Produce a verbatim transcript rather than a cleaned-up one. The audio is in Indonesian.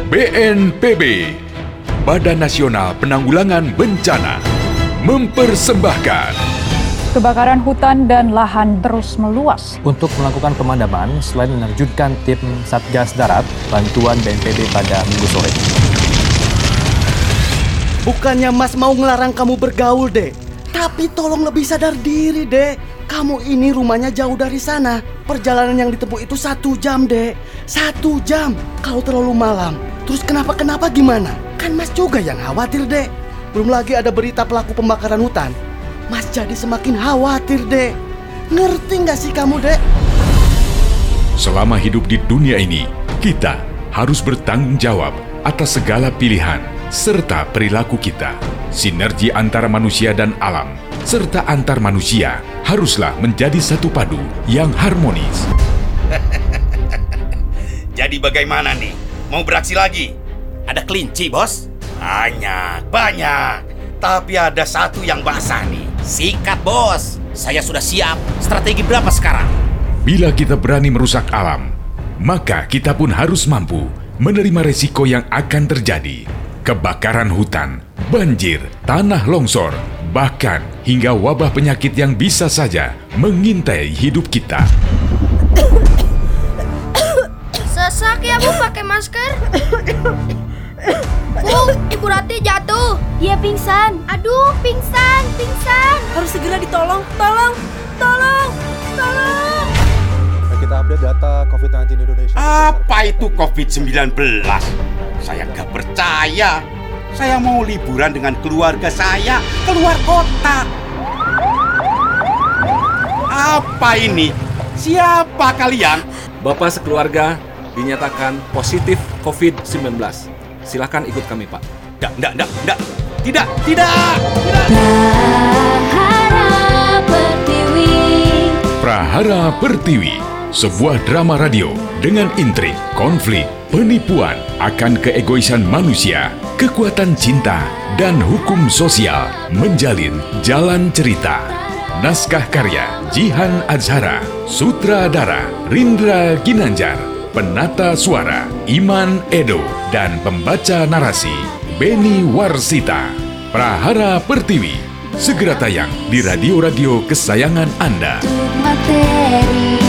B N P B, Badan Nasional Penanggulangan Bencana, mempersembahkan kebakaran hutan dan lahan terus meluas. Untuk melakukan pemadaman, selain menerjunkan tim Satgas Darat, bantuan B N P B pada Minggu sore. Bukannya Mas mau ngelarang kamu bergaul, Dek. Tapi tolong lebih sadar diri, Dek. Kamu ini rumahnya jauh dari sana. Perjalanan yang ditempuh itu satu jam, Dek. Satu jam. Kalau terlalu malam, terus kenapa-kenapa gimana? Kan Mas juga yang khawatir, Dek. Belum lagi ada berita pelaku pembakaran hutan. Mas jadi semakin khawatir, Dek. Ngerti nggak sih kamu, Dek? Selama hidup di dunia ini, kita harus bertanggung jawab atas segala pilihan serta perilaku kita. Sinergi antara manusia dan alam, serta antar manusia, haruslah menjadi satu padu yang harmonis. Jadi bagaimana nih? Mau beraksi lagi? Ada kelinci, bos? Banyak, banyak. Tapi ada satu yang basah nih. Sikat, bos. Saya sudah siap. Strategi berapa sekarang? Bila kita berani merusak alam, maka kita pun harus mampu menerima resiko yang akan terjadi. Kebakaran hutan, banjir, tanah longsor, bahkan hingga wabah penyakit yang bisa saja mengintai hidup kita. Sesak ya, Bu, pakai masker. Bu, Ibu Rati jatuh. Dia pingsan. Aduh, pingsan, pingsan. Harus segera ditolong. Tolong, tolong, tolong. Kita update data covid sembilan belas Indonesia. Apa itu covid sembilan belas? Saya nggak percaya. Saya mau liburan dengan keluarga saya keluar kota. Apa ini? Siapa kalian? Bapak sekeluarga dinyatakan positif covid sembilan belas. Silakan ikut kami, Pak. Nggak, nggak, nggak, nggak. Tidak, tidak, tidak. Prahara Pertiwi. Prahara Pertiwi, sebuah drama radio dengan intrik, konflik, penipuan akan keegoisan manusia, kekuatan cinta, dan hukum sosial menjalin jalan cerita. Naskah karya Jihan Azhara, sutradara Rindra Ginanjar, penata suara Iman Edo, dan pembaca narasi Beni Warsita. Prahara Pertiwi segera tayang di radio-radio kesayangan Anda. Materi